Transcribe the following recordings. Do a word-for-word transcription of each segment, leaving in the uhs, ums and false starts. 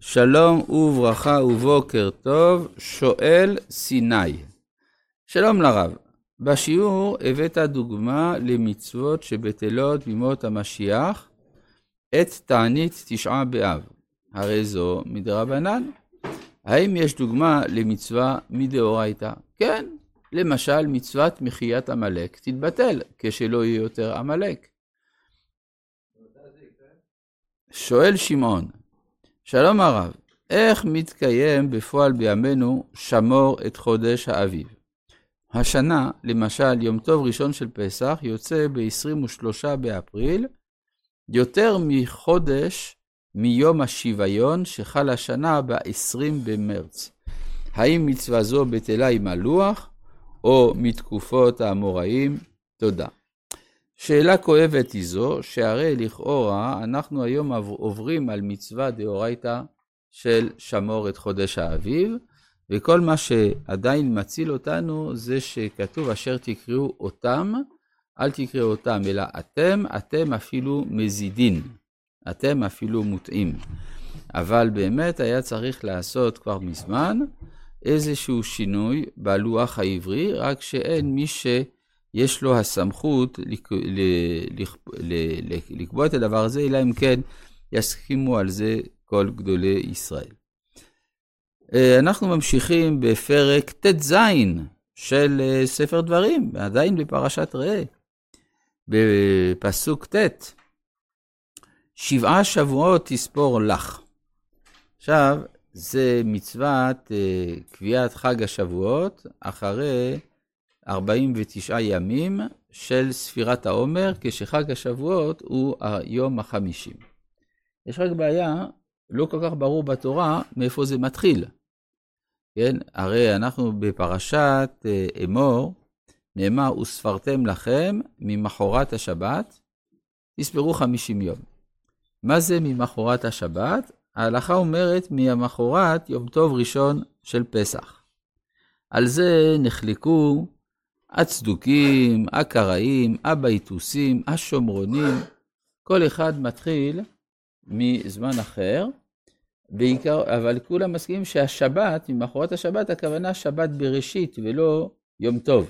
שלום וברכה ובוקר טוב, שואל סיני. שלום לרב, בשיעור הבאת דוגמה למצוות שבטלות בימות המשיח, את תענית תשעה באב. הרי זו מדרבנן. האם יש דוגמה למצווה מדאורייתא? כן, למשל מצוות מחיית עמלק תתבטל כשלא יהיה יותר עמלק. שואל שמעון, שלום הרב, איך מתקיים בפועל בימינו שמור את חודש האביב? השנה, למשל, יום טוב ראשון של פסח יוצא ב-עשרים ושלושה באפריל, יותר מחודש מיום השוויון שחל השנה ב-עשרים במרץ. האם מצווה זו בטלה עם הלוח או מתקופות האמוראים? תודה. שאלה כואבת היא זו, שהרי לכאורה אנחנו היום עוברים על מצווה דאורייתא של שמור את חודש האביב, וכל מה שעדיין מציל אותנו זה שכתוב אשר תקראו אותם, אל תקראו אותם, אלא אתם, אתם אפילו מזידין, אתם אפילו מוטעים. אבל באמת היה צריך לעשות כבר מזמן איזשהו שינוי בלוח העברי, רק שאין מי ש... יש לו הסמכות לקבוע את הדבר הזה, אלא אם כן יסכימו על זה כל גדולי ישראל. אנחנו ממשיכים בפרק ט"ז של ספר דברים, עדיין בפרשת ראה, בפסוק ט', שבעה שבועות תספור לך. עכשיו, זה מצוות קביעת חג השבועות, אחרי ארבעים ותשעה ימים של ספירת העומר, כשחג השבועות הוא היום החמישים. יש רק בעיה, לא כל כך ברור בתורה מאיפה זה מתחיל. כן? הרי אנחנו בפרשת אמור, נאמר, וספרתם לכם ממחרת השבת, תספרו חמישים יום. מה זה ממחרת השבת? ההלכה אומרת ממחרת יום טוב ראשון של פסח. על זה נחלקו הצדוקים, הקראים, הבייתוסים, השומרונים, כל אחד מתחיל מזמן אחר, בעיקר, אבל כולם מסכימים שהשבת, ממחרת השבת, הכוונה שבת בראשית ולא יום טוב.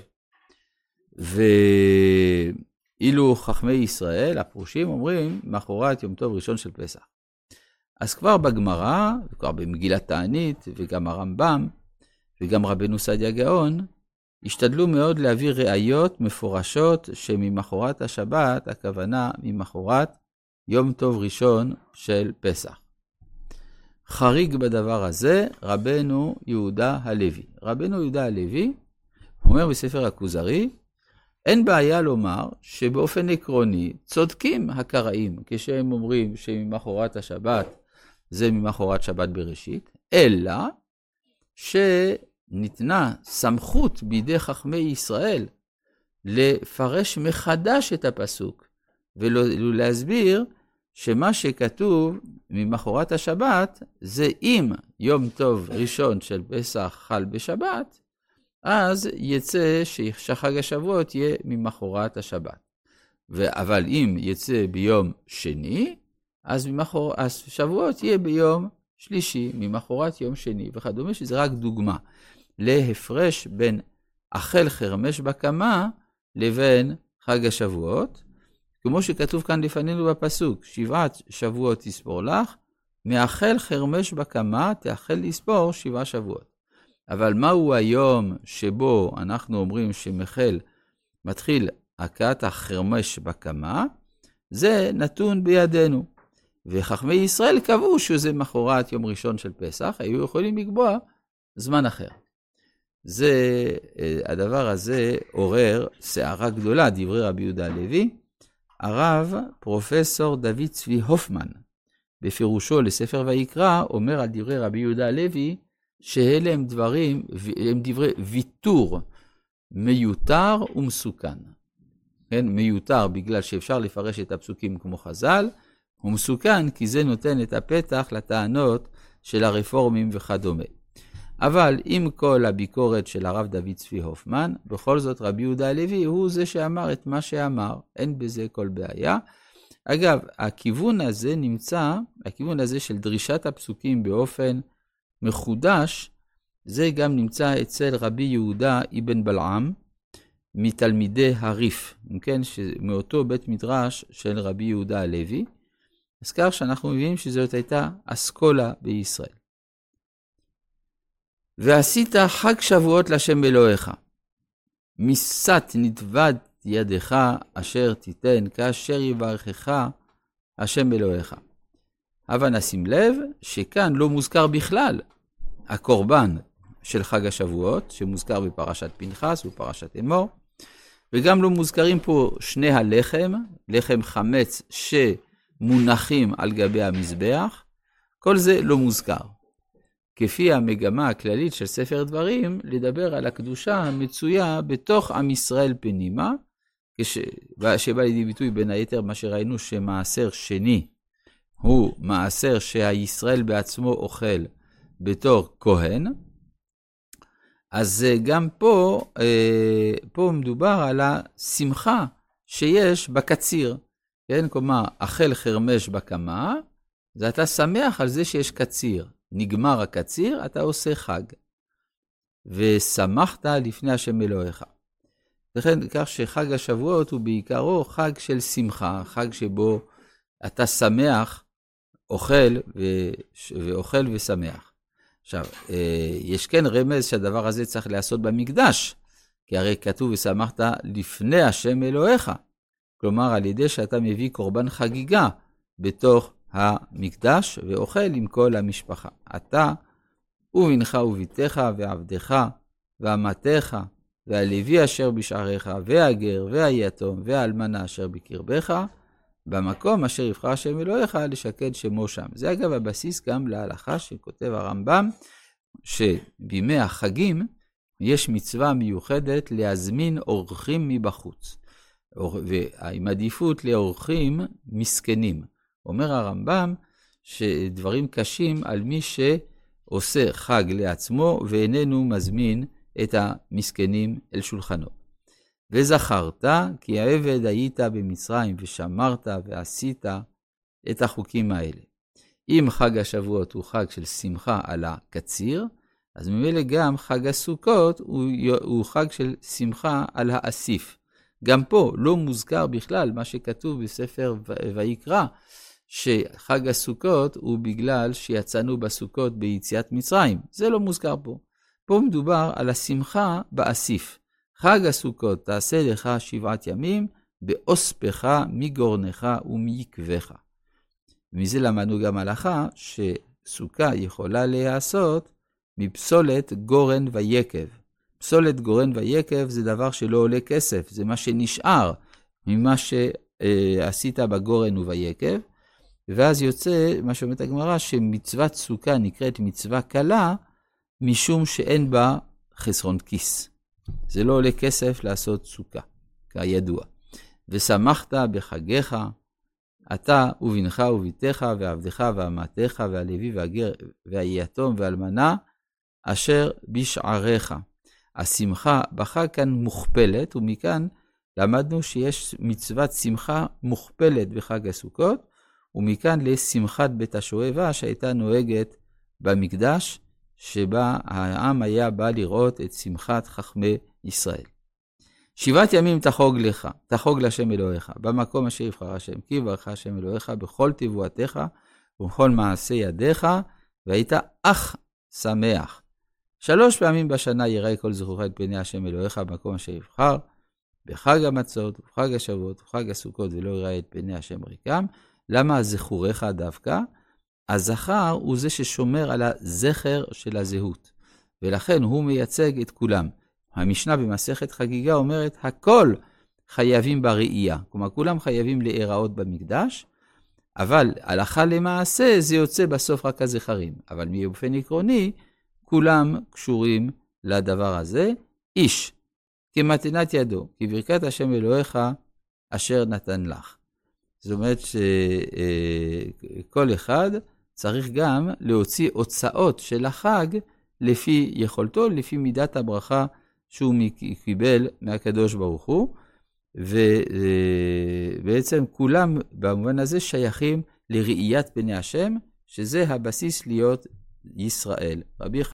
ואילו חכמי ישראל, הפרושים, אומרים מחרת יום טוב ראשון של פסח. אז כבר בגמרא, וכבר במגילת תענית, וגם הרמב"ם, וגם רבנו סעדיה גאון, השתדלו מאוד להביא ראיות מפורשות שממחרת השבת, הכוונה ממחרת יום טוב ראשון של פסח. חריג בדבר הזה, רבנו יהודה הלוי. רבנו יהודה הלוי אומר בספר הכוזרי, אין בעיה לומר שבאופן עקרוני צודקים הקראים, כשהם אומרים שממחרת השבת זה ממחרת שבת בראשית, אלא ש... ניתנה סמכות בידי חכמי ישראל לפרש מחדש את הפסוק, ולהסביר שמה שכתוב ממחרת השבת, זה אם יום טוב ראשון של פסח חל בשבת, אז יצא שחג השבועות יהיה ממחרת השבת. אבל אם יצא ביום שני, אז השבועות יהיה ביום שלישי, ממחרת יום שני, וכדומה, שזה רק דוגמה להפרש בין החל חרמש בקמה לבין חג השבועות, כמו שכתוב כאן לפנינו בפסוק, שבעת שבועות תספור לך, מהחל חרמש בקמה תאחל לספור שבעה שבועות. אבל מהו היום שבו אנחנו אומרים שמחל מתחיל הכאת החרמש בקמה? זה נתון בידינו. וחכמי ישראל קבעו שזה מחרת יום ראשון של פסח, היו יכולים לקבוע זמן אחר. זה, הדבר הזה עורר שערה גדולה, דברי רבי יהודה הלוי. הרב פרופסור דוד צבי הופמן, בפירושו לספר ויקרא, אומר על דברי רבי יהודה הלוי, שאלה הם דברים, הם דברי ויתור מיותר ומסוכן. כן, מיותר בגלל שאפשר לפרש את הפסוקים כמו חז"ל, ומסוכן כי זה נותן את הפתח לטענות של הרפורמים וכדומה. אבל עם כל הביקורת של הרב דוד צבי הופמן, בכל זאת רבי יהודה הלוי הוא זה שאמר את מה שאמר, אין בזה כל בעיה. אגב, הכיוון הזה נמצא, הכיוון הזה של דרישת הפסוקים באופן מחודש, זה גם נמצא אצל רבי יהודה אבן בלעם, מתלמידי הריף, כן? מאותו בית מדרש של רבי יהודה הלוי, אז כך שאנחנו מבינים שזאת הייתה אסכולה בישראל. ועשית חג שבועות לשם אלוהיך, מסת נדבד ידך אשר תיתן, כאשר יברכך השם אלוהיך. אבל נשים לב שכאן לא מוזכר בכלל הקורבן של חג השבועות, שמוזכר בפרשת פנחס ופרשת אמור, וגם לא מוזכרים פה שני הלחם, לחם חמץ שמונחים על גבי המזבח, כל זה לא מוזכר. כפי המגמה הכללית של ספר דברים, לדבר על הקדושה המצויה בתוך עם ישראל פנימה, שבא לידי ביטוי בין היתר מה שראינו שמעשר שני, הוא מעשר שהישראל בעצמו אוכל בתור כהן, אז גם פה, פה מדובר על השמחה שיש בקציר, כן? כלומר, אכל חרמש בקמה, זה אתה שמח על זה שיש קציר. נגמר הקציר, אתה עושה חג. ושמחת לפני השם אלוהיך. לכן, כך שחג השבועות הוא בעיקרו חג של שמחה, חג שבו אתה שמח, אוכל ו... ואוכל ושמח. עכשיו, יש כן רמז שהדבר הזה צריך לעשות במקדש, כי הרי כתוב ושמחת לפני השם אלוהיך, כלומר על ידי שאתה מביא קורבן חגיגה בתוך המקדש ואוכל עם כל המשפחה. אתה ובנך וביתך ועבדך ואמתך והלוי אשר בשעריך והגר והיתום והאלמנה אשר בקרבך, במקום אשר יבחר השם אלוהיך לשקד שמו שם. זה אגב הבסיס גם להלכה שכותב הרמב"ם, שבימי החגים יש מצווה מיוחדת להזמין אורחים מבחוץ, ועם עדיפות לאורחים מסכנים. אומר הרמב"ם שדברים קשים על מי שעושה חג לעצמו ואיננו מזמין את המסכנים אל שולחנו. וזכרת כי העבד היית במצרים ושמרת ועשית את החוקים האלה. אם חג השבועות הוא חג של שמחה על הקציר, אז ממילא גם חג הסוכות הוא, הוא חג של שמחה על האסיף. גם פה לא מוזכר בכלל מה שכתוב בספר ויקרא, שחג הסוכות הוא בגלל שיצאנו בסוכות ביציאת מצרים. זה לא מוזכר פה. פה מדובר על השמחה באסיף. חג הסוכות תעשה לך שבעת ימים, באוספך מגורנך ומיקבך. ומזה למדנו גם הלכה שסוכה יכולה להיעשות מפסולת גורן ויקב. פסולת גורן ויקב זה דבר שלא עולה כסף, זה מה שנשאר ממה שעשית בגורן וביקב, ואז יוצא מה שאומרת הגמרא שמצוות סוכה נקראת מצווה קלה, משום שאין בה חסרון כיס. זה לא עולה כסף לעשות סוכה, כידוע. ושמחת בחגיך, אתה ובנך וביתך ועבדך ואמתך והלוי והגר והיתום והאלמנה, אשר בשעריך. השמחה בחג כאן מוכפלת, ומכאן למדנו שיש מצוות שמחה מוכפלת בחג הסוכות, ומכאן לשמחת בית השואבה שהייתה נוהגת במקדש, שבה העם היה בא לראות את שמחת חכמי ישראל. שבעת ימים תחוג לך, תחוג לשם אלוהיך, במקום אשר יבחר השם, כי יברך השם אלוהיך בכל תבואתך ובכל מעשה ידיך, והיית אך שמח. שלוש פעמים בשנה יראה כל זכורך את פני השם אלוהיך במקום אשר יבחר, בחג המצות ובחג השבועות ובחג הסוכות, ולא יראה את פני השם ריקם. למה זכורך דווקא? הזכר הוא זה ששומר על הזכר של הזהות, ולכן הוא מייצג את כולם. המשנה במסכת חגיגה אומרת, הכל חייבים בראייה, כלומר כולם חייבים להיראות במקדש, אבל הלכה למעשה זה יוצא בסוף רק הזכרים, אבל באופן עקרוני כולם קשורים לדבר הזה. איש כמתנת ידו, כברכת השם אלוהיך אשר נתן לך. זאת אומרת שכל אחד צריך גם להוציא הוצאות של החג לפי יכולתו, לפי מידת הברכה שהוא קיבל מהקדוש ברוך הוא, ובעצם כולם במובן הזה שייכים לראיית פני השם, שזה הבסיס להיות ישראל. רבי